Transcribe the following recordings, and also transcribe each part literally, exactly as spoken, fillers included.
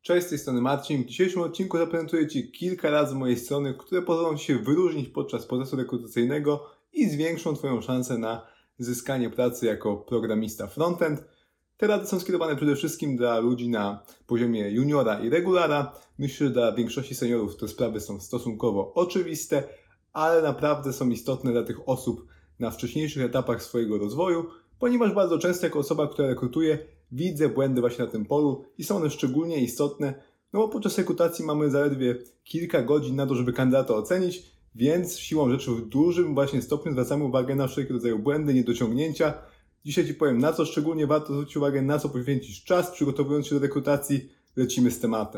Cześć, z tej strony Marcin. W dzisiejszym odcinku zaprezentuję Ci kilka razy z mojej strony, które pozwolą Ci się wyróżnić podczas procesu rekrutacyjnego i zwiększą Twoją szansę na zyskanie pracy jako programista frontend. Te rady są skierowane przede wszystkim dla ludzi na poziomie juniora i regulara. Myślę, że dla większości seniorów te sprawy są stosunkowo oczywiste, ale naprawdę są istotne dla tych osób na wcześniejszych etapach swojego rozwoju, ponieważ bardzo często jako osoba, która rekrutuje, widzę błędy właśnie na tym polu i są one szczególnie istotne, no bo podczas rekrutacji mamy zaledwie kilka godzin na to, żeby kandydata ocenić, więc siłą rzeczy w dużym właśnie stopniu zwracamy uwagę na wszelkiego rodzaju błędy, niedociągnięcia. Dzisiaj Ci powiem, na co szczególnie warto zwrócić uwagę, na co poświęcić czas, przygotowując się do rekrutacji. Lecimy z tematem.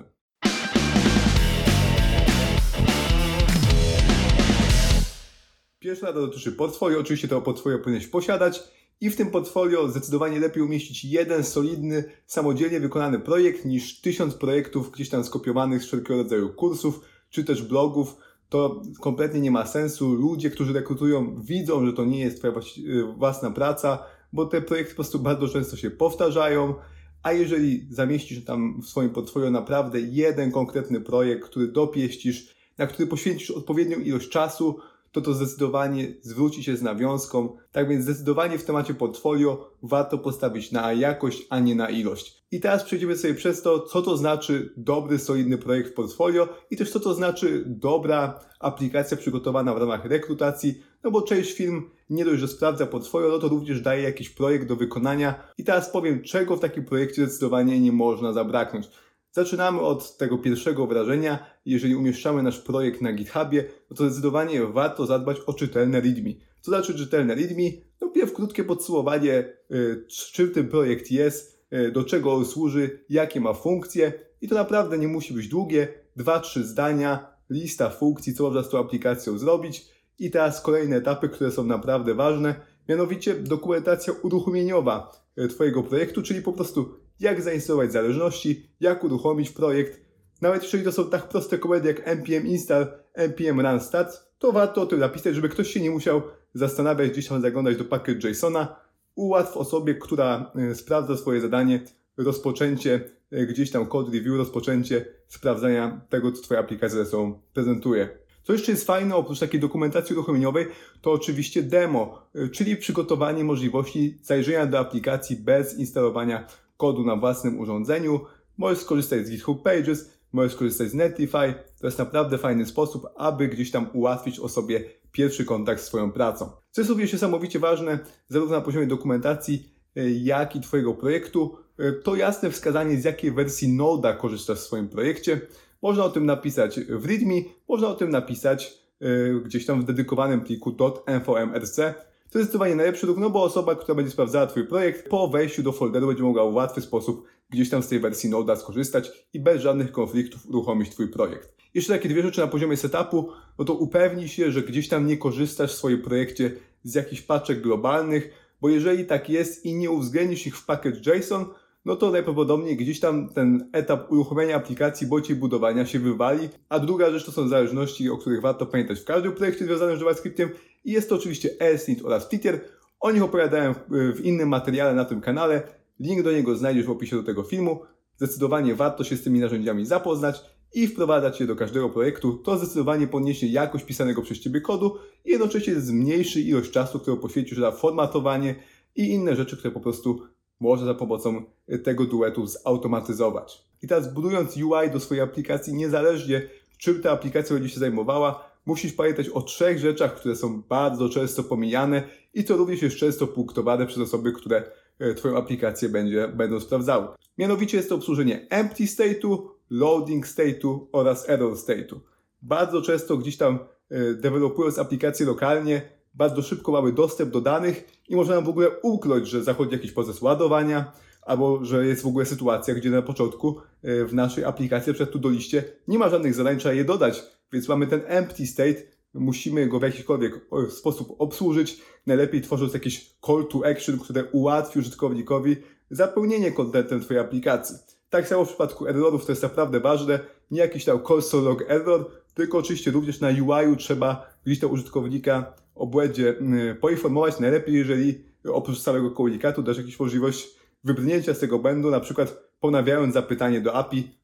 Pierwsza rada dotyczy portfolio. Oczywiście to portfolio powinieneś posiadać i w tym portfolio zdecydowanie lepiej umieścić jeden solidny, samodzielnie wykonany projekt niż tysiąc projektów gdzieś tam skopiowanych z wszelkiego rodzaju kursów czy też blogów. To kompletnie nie ma sensu. Ludzie, którzy rekrutują, widzą, że to nie jest Twoja własna praca, bo te projekty po prostu bardzo często się powtarzają, a jeżeli zamieścisz tam w swoim portfolio naprawdę jeden konkretny projekt, który dopieścisz, na który poświęcisz odpowiednią ilość czasu, to to zdecydowanie zwróci się z nawiązką. Tak więc zdecydowanie w temacie portfolio warto postawić na jakość, a nie na ilość. I teraz przejdziemy sobie przez to, co to znaczy dobry, solidny projekt w portfolio i też co to znaczy dobra aplikacja przygotowana w ramach rekrutacji, no bo część firm nie dość, że sprawdza portfolio, no to również daje jakiś projekt do wykonania. I teraz powiem, czego w takim projekcie zdecydowanie nie można zabraknąć. Zaczynamy od tego pierwszego wrażenia. Jeżeli umieszczamy nasz projekt na GitHubie, no to zdecydowanie warto zadbać o czytelne readme. Co znaczy czytelne readme? No pierw krótkie podsumowanie, yy, czym ten projekt jest, yy, do czego on służy, jakie ma funkcje i to naprawdę nie musi być długie, dwa trzy zdania, lista funkcji, co można z tą aplikacją zrobić. I teraz kolejne etapy, które są naprawdę ważne, mianowicie dokumentacja uruchomieniowa Twojego projektu, czyli po prostu jak zainstalować zależności, jak uruchomić projekt. Nawet jeżeli to są tak proste komendy jak npm install, npm run stats, to warto o tym napisać, żeby ktoś się nie musiał zastanawiać, gdzieś tam zaglądać do package JSON-a. Ułatw osobie, która sprawdza swoje zadanie, rozpoczęcie gdzieś tam code review, rozpoczęcie sprawdzania tego, co Twoja aplikacja ze sobą prezentuje. Co jeszcze jest fajne, oprócz takiej dokumentacji uruchomieniowej, to oczywiście demo, czyli przygotowanie możliwości zajrzenia do aplikacji bez instalowania kodu na własnym urządzeniu. Możesz skorzystać z GitHub Pages, możesz skorzystać z Netlify. To jest naprawdę fajny sposób, aby gdzieś tam ułatwić osobie pierwszy kontakt z swoją pracą. Co jest również niesamowicie ważne, zarówno na poziomie dokumentacji, jak i Twojego projektu, to jasne wskazanie, z jakiej wersji Node'a korzystasz w swoim projekcie. Można o tym napisać w readme, można o tym napisać yy, gdzieś tam w dedykowanym pliku .nvmrc. To jest zdecydowanie najlepszy ruch, no bo osoba, która będzie sprawdzała Twój projekt, po wejściu do folderu będzie mogła w łatwy sposób gdzieś tam z tej wersji Node'a skorzystać i bez żadnych konfliktów uruchomić Twój projekt. Jeszcze takie dwie rzeczy na poziomie setupu, no to upewnij się, że gdzieś tam nie korzystasz w swoim projekcie z jakichś paczek globalnych, bo jeżeli tak jest i nie uwzględnisz ich w package JSON, no to najprawdopodobniej gdzieś tam ten etap uruchomienia aplikacji bądź jej budowania się wywali. A druga rzecz to są zależności, o których warto pamiętać w każdym projekcie związanym z JavaScriptem i jest to oczywiście ESLint oraz Flickr. O nich opowiadałem w innym materiale na tym kanale. Link do niego znajdziesz w opisie do tego filmu. Zdecydowanie warto się z tymi narzędziami zapoznać i wprowadzać je do każdego projektu. To zdecydowanie podniesie jakość pisanego przez Ciebie kodu i jednocześnie zmniejszy ilość czasu, którą poświęcisz na formatowanie i inne rzeczy, które po prostu można za pomocą tego duetu zautomatyzować. I teraz budując U I do swojej aplikacji, niezależnie czym ta aplikacja będzie się zajmowała, musisz pamiętać o trzech rzeczach, które są bardzo często pomijane i to również jest często punktowane przez osoby, które Twoją aplikację będzie, będą sprawdzały. Mianowicie jest to obsłużenie empty state'u, loading state'u oraz error state'u. Bardzo często gdzieś tam dewelopując aplikację lokalnie, bardzo szybko mamy dostęp do danych i można nam w ogóle uknąć, że zachodzi jakiś proces ładowania, albo że jest w ogóle sytuacja, gdzie na początku w naszej aplikacji, na przykład tu do liście, nie ma żadnych zadań, trzeba je dodać, więc mamy ten empty state, musimy go w jakikolwiek sposób obsłużyć, najlepiej tworząc jakiś call to action, które ułatwi użytkownikowi zapełnienie contentem Twojej aplikacji. Tak samo w przypadku errorów to jest naprawdę ważne, nie jakiś tam console log error, tylko oczywiście również na U I-u trzeba gdzieś tam użytkownika o błędzie poinformować, najlepiej jeżeli oprócz samego komunikatu dasz jakąś możliwość wybrnięcia z tego błędu, na przykład ponawiając zapytanie do A P I,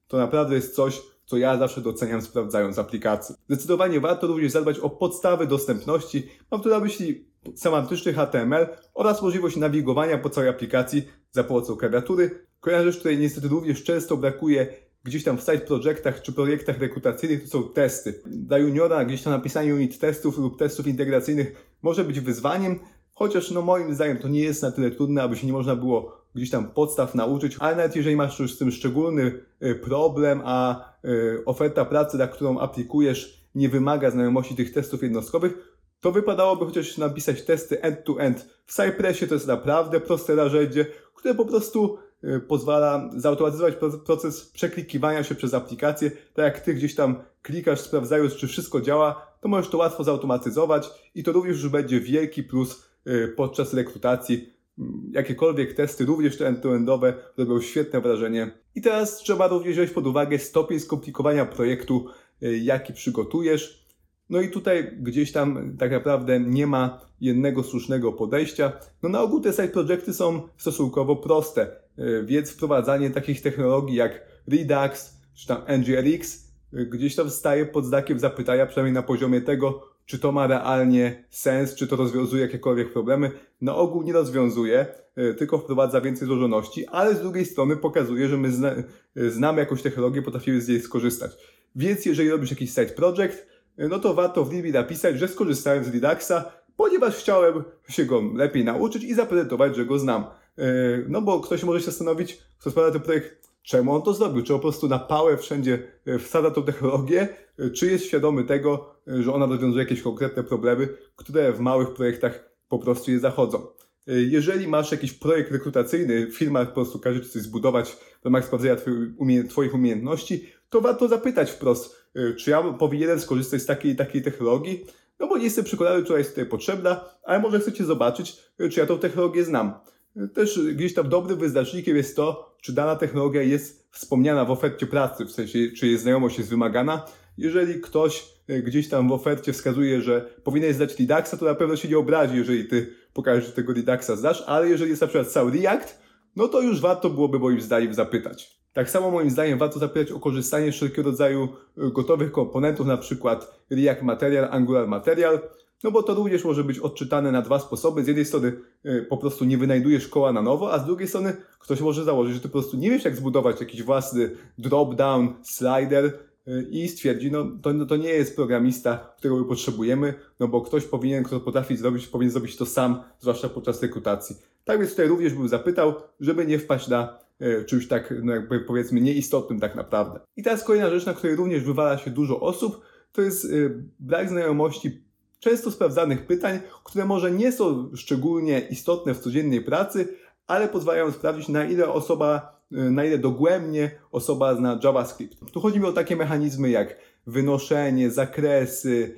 to naprawdę jest coś, co ja zawsze doceniam, sprawdzając aplikacje. Zdecydowanie warto również zadbać o podstawy dostępności. Mam tu na myśli semantyczny H T M L oraz możliwość nawigowania po całej aplikacji za pomocą klawiatury. Kolejna rzecz, której niestety również często brakuje gdzieś tam w side projectach czy projektach rekrutacyjnych, to są testy. Dla juniora gdzieś tam napisanie unit testów lub testów integracyjnych może być wyzwaniem, chociaż no moim zdaniem to nie jest na tyle trudne, aby się nie można było gdzieś tam podstaw nauczyć, ale nawet jeżeli masz już z tym szczególny problem, a oferta pracy, na którą aplikujesz, nie wymaga znajomości tych testów jednostkowych, to wypadałoby chociaż napisać testy end-to-end. W Cypressie to jest naprawdę proste narzędzie, które po prostu pozwala zautomatyzować proces przeklikiwania się przez aplikację. Tak jak Ty gdzieś tam klikasz, sprawdzając, czy wszystko działa, to możesz to łatwo zautomatyzować i to również już będzie wielki plus podczas rekrutacji. Jakiekolwiek testy, również te end-to-endowe, robią świetne wrażenie. I teraz trzeba również wziąć pod uwagę stopień skomplikowania projektu, jaki przygotujesz. No i tutaj gdzieś tam tak naprawdę nie ma jednego słusznego podejścia. No na ogół te side projecty są stosunkowo proste, więc wprowadzanie takich technologii jak Redux czy tam N G R X gdzieś tam staje pod znakiem zapytania, przynajmniej na poziomie tego, czy to ma realnie sens, czy to rozwiązuje jakiekolwiek problemy. Na ogół nie rozwiązuje, tylko wprowadza więcej złożoności, ale z drugiej strony pokazuje, że my zna, znamy jakąś technologię, potrafimy z niej skorzystać. Więc jeżeli robisz jakiś side project, no to warto w nim napisać, że skorzystałem z Reduxa, ponieważ chciałem się go lepiej nauczyć i zaprezentować, że go znam. No bo ktoś może się zastanowić, kto składa ten projekt, czemu on to zrobił? Czy po prostu na pałę wszędzie wsadza tą technologię, czy jest świadomy tego, że ona rozwiązuje jakieś konkretne problemy, które w małych projektach po prostu je zachodzą. Jeżeli masz jakiś projekt rekrutacyjny, firma po prostu każe ci coś zbudować w ramach sprawdzenia twoich umiejętności, to warto zapytać wprost, czy ja powinienem skorzystać z takiej i takiej technologii, no bo nie jestem przekonany, czy ona jest tutaj potrzebna, ale może chcecie zobaczyć, czy ja tą technologię znam. Też gdzieś tam dobrym wyznacznikiem jest to, czy dana technologia jest wspomniana w ofercie pracy, w sensie, czy jej znajomość jest wymagana. Jeżeli ktoś gdzieś tam w ofercie wskazuje, że powinieneś zdać Reduxa, to na pewno się nie obrazi, jeżeli ty pokażesz, że tego Reduxa znasz, ale jeżeli jest na przykład cały React, no to już warto byłoby moim zdaniem zapytać. Tak samo moim zdaniem warto zapytać o korzystanie z wszelkiego rodzaju gotowych komponentów, na przykład React Material, Angular Material, no bo to również może być odczytane na dwa sposoby. Z jednej strony po prostu nie wynajdujesz koła na nowo, a z drugiej strony ktoś może założyć, że ty po prostu nie wiesz, jak zbudować jakiś własny drop-down slider i stwierdzi, no to, no to nie jest programista, którego my potrzebujemy, no bo ktoś powinien, kto potrafi zrobić, powinien zrobić to sam, zwłaszcza podczas rekrutacji. Tak więc tutaj również bym zapytał, żeby nie wpaść na e, czymś tak, no jakby powiedzmy nieistotnym tak naprawdę. I teraz kolejna rzecz, na której również wywala się dużo osób, to jest e, brak znajomości często sprawdzanych pytań, które może nie są szczególnie istotne w codziennej pracy, ale pozwalają sprawdzić, na ile osoba, na ile dogłębnie osoba zna JavaScript. Tu chodzi mi o takie mechanizmy jak wynoszenie, zakresy,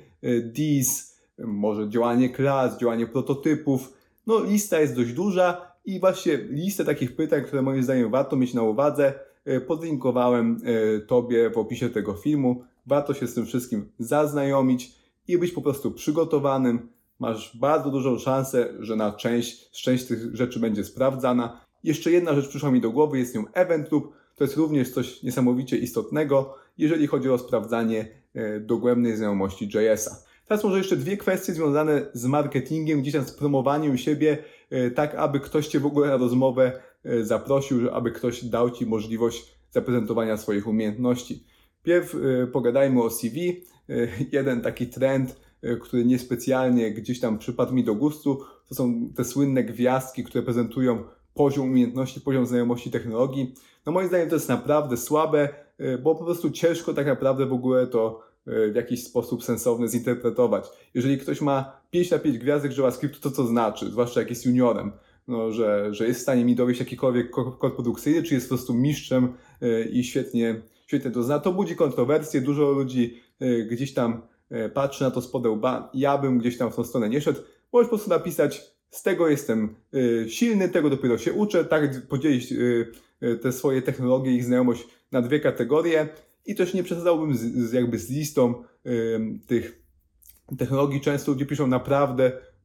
dis, może działanie klas, działanie prototypów. No lista jest dość duża i właśnie listę takich pytań, które moim zdaniem warto mieć na uwadze, podlinkowałem Tobie w opisie tego filmu. Warto się z tym wszystkim zaznajomić i być po prostu przygotowanym. Masz bardzo dużą szansę, że na część, część tych rzeczy będzie sprawdzana. Jeszcze jedna rzecz przyszła mi do głowy, jest nią Event Loop. To jest również coś niesamowicie istotnego, jeżeli chodzi o sprawdzanie e, dogłębnej znajomości J S a. Teraz może jeszcze dwie kwestie związane z marketingiem, gdzieś tam z promowaniem siebie, e, tak aby ktoś Cię w ogóle na rozmowę e, zaprosił, że aby ktoś dał Ci możliwość zaprezentowania swoich umiejętności. Pierw e, pogadajmy o C V. E, jeden taki trend, który niespecjalnie gdzieś tam przypadł mi do gustu, to są te słynne gwiazdki, które prezentują poziom umiejętności, poziom znajomości technologii. No moim zdaniem to jest naprawdę słabe, bo po prostu ciężko tak naprawdę w ogóle to w jakiś sposób sensowny zinterpretować. Jeżeli ktoś ma pięć na pięć gwiazdek JavaScriptu, to co znaczy? Zwłaszcza jak jest juniorem, no, że, że jest w stanie mi dowieść jakikolwiek kod produkcyjny, czy jest po prostu mistrzem i świetnie, świetnie to zna. To budzi kontrowersje, dużo ludzi gdzieś tam patrzy na to z podełba. Ja bym gdzieś tam w tą stronę nie szedł. Możesz po prostu napisać, z tego jestem y, silny, tego dopiero się uczę, tak podzielić y, y, te swoje technologie i ich znajomość na dwie kategorie i też nie przesadzałbym z, z, jakby z listą y, tych technologii. Często ludzie piszą naprawdę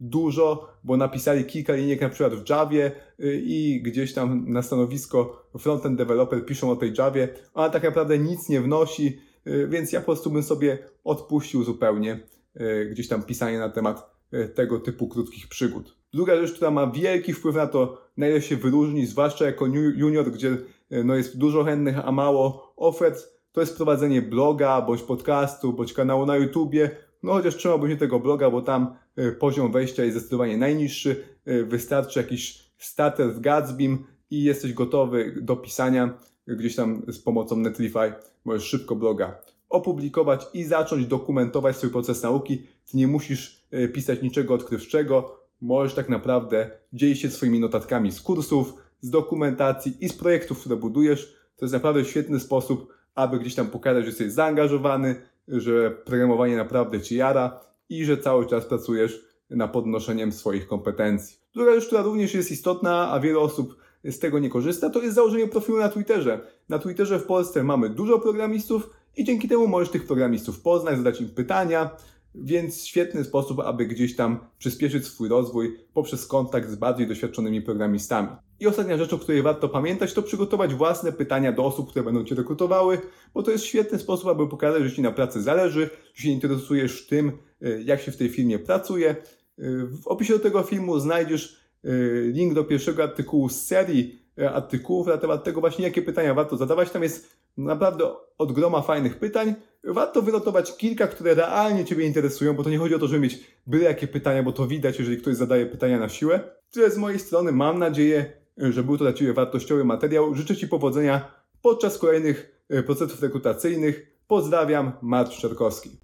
dużo, bo napisali kilka linijek na przykład w Javie i gdzieś tam na stanowisko frontend developer piszą o tej Javie. Ona tak naprawdę nic nie wnosi, więc ja po prostu bym sobie odpuścił zupełnie gdzieś tam pisanie na temat tego typu krótkich przygód. Druga rzecz, która ma wielki wpływ na to, na ile się wyróżni, zwłaszcza jako junior, gdzie no jest dużo chętnych, a mało ofert, to jest prowadzenie bloga, bądź podcastu, bądź kanału na YouTubie. No chociaż trzymałbym się tego bloga, bo tam poziom wejścia jest zdecydowanie najniższy. Wystarczy jakiś starter w Gatsbym i jesteś gotowy do pisania gdzieś tam z pomocą Netlify. Możesz szybko bloga opublikować i zacząć dokumentować swój proces nauki. Ty nie musisz pisać niczego odkrywczego. Możesz tak naprawdę dzielić się swoimi notatkami z kursów, z dokumentacji i z projektów, które budujesz. To jest naprawdę świetny sposób, aby gdzieś tam pokazać, że jesteś zaangażowany, że programowanie naprawdę Cię jara i że cały czas pracujesz nad podnoszeniem swoich kompetencji. Druga rzecz, która również jest istotna, a wiele osób z tego nie korzysta, to jest założenie profilu na Twitterze. Na Twitterze w Polsce mamy dużo programistów i dzięki temu możesz tych programistów poznać, zadać im pytania, więc świetny sposób, aby gdzieś tam przyspieszyć swój rozwój poprzez kontakt z bardziej doświadczonymi programistami. I ostatnia rzecz, o której warto pamiętać, to przygotować własne pytania do osób, które będą Cię rekrutowały, bo to jest świetny sposób, aby pokazać, że Ci na pracy zależy, że się interesujesz tym, jak się w tej firmie pracuje. W opisie do tego filmu znajdziesz link do pierwszego artykułu z serii artykułów na temat tego właśnie, jakie pytania warto zadawać. Tam jest naprawdę od groma fajnych pytań. Warto wynotować kilka, które realnie Ciebie interesują, bo to nie chodzi o to, żeby mieć byle jakie pytania, bo to widać, jeżeli ktoś zadaje pytania na siłę. Tyle z mojej strony. Mam nadzieję, że był to dla Ciebie wartościowy materiał. Życzę Ci powodzenia podczas kolejnych procesów rekrutacyjnych. Pozdrawiam, Marcin Szczerkowski.